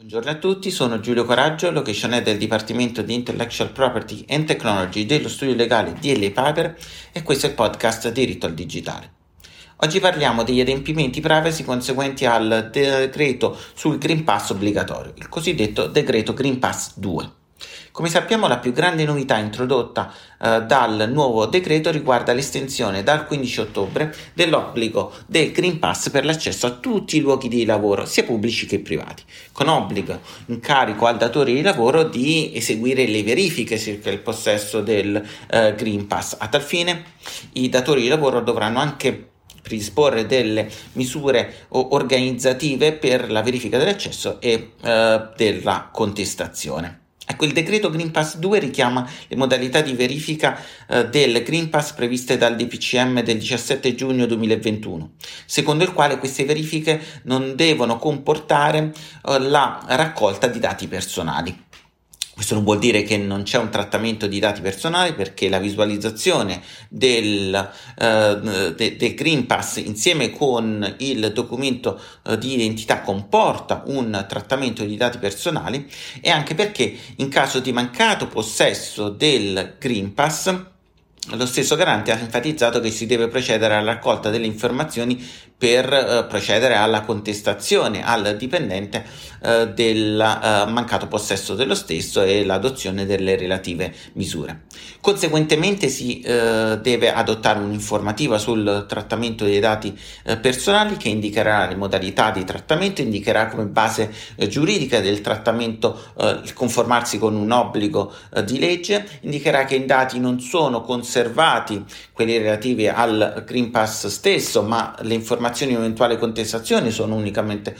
Buongiorno a tutti, sono Giulio Coraggio, Location Head del Dipartimento di Intellectual Property and Technology dello studio legale DLA Piper e questo è il podcast Diritto al Digitale. Oggi parliamo degli adempimenti privacy conseguenti al decreto sul Green Pass obbligatorio, il cosiddetto decreto Green Pass 2. Come sappiamo, la più grande novità introdotta dal nuovo decreto riguarda l'estensione dal 15 ottobre dell'obbligo del Green Pass per l'accesso a tutti i luoghi di lavoro, sia pubblici che privati, con obbligo in carico al datore di lavoro di eseguire le verifiche circa il possesso del Green Pass. A tal fine, i datori di lavoro dovranno anche predisporre delle misure organizzative per la verifica dell'accesso e della contestazione. Ecco, il decreto Green Pass 2 richiama le modalità di verifica del Green Pass previste dal DPCM del 17 giugno 2021, secondo il quale queste verifiche non devono comportare la raccolta di dati personali. Questo non vuol dire che non c'è un trattamento di dati personali, perché la visualizzazione del Green Pass insieme con il documento di identità comporta un trattamento di dati personali, e anche perché in caso di mancato possesso del Green Pass lo stesso garante ha enfatizzato che si deve procedere alla raccolta delle informazioni per procedere alla contestazione al dipendente del mancato possesso dello stesso e l'adozione delle relative misure. Conseguentemente si deve adottare un'informativa sul trattamento dei dati personali che indicherà le modalità di trattamento, indicherà come base giuridica del trattamento il conformarsi con un obbligo di legge, indicherà che i dati non sono conservati, quelli relativi al Green Pass stesso, ma le informazioni e eventuali contestazioni sono unicamente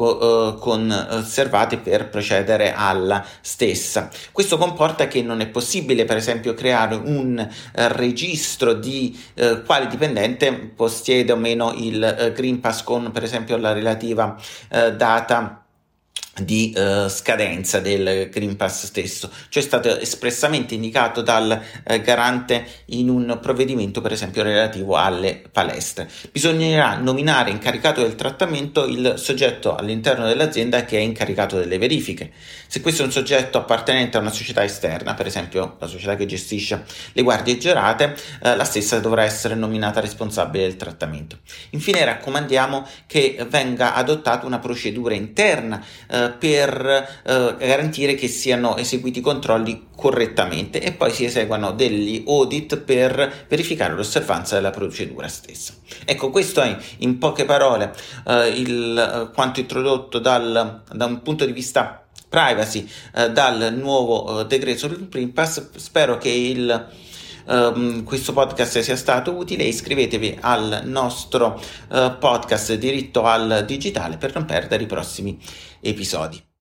conservate per procedere alla stessa. Questo comporta che non è possibile, per esempio, creare un registro di quale dipendente possiede o meno il Green Pass con, per esempio, la relativa data di scadenza del Green Pass stesso, cioè è stato espressamente indicato dal garante in un provvedimento, per esempio relativo alle palestre. Bisognerà nominare incaricato del trattamento il soggetto all'interno dell'azienda che è incaricato delle verifiche. Se questo è un soggetto appartenente a una società esterna, per esempio la società che gestisce le guardie giurate, la stessa dovrà essere nominata responsabile del trattamento. Infine raccomandiamo che venga adottata una procedura interna per garantire che siano eseguiti i controlli correttamente e poi si eseguano degli audit per verificare l'osservanza della procedura stessa. Ecco, questo è in poche parole quanto introdotto da un punto di vista privacy dal nuovo decreto sul Green Pass. Spero che questo podcast sia stato utile. Iscrivetevi al nostro podcast Diritto al Digitale per non perdere i prossimi episodi.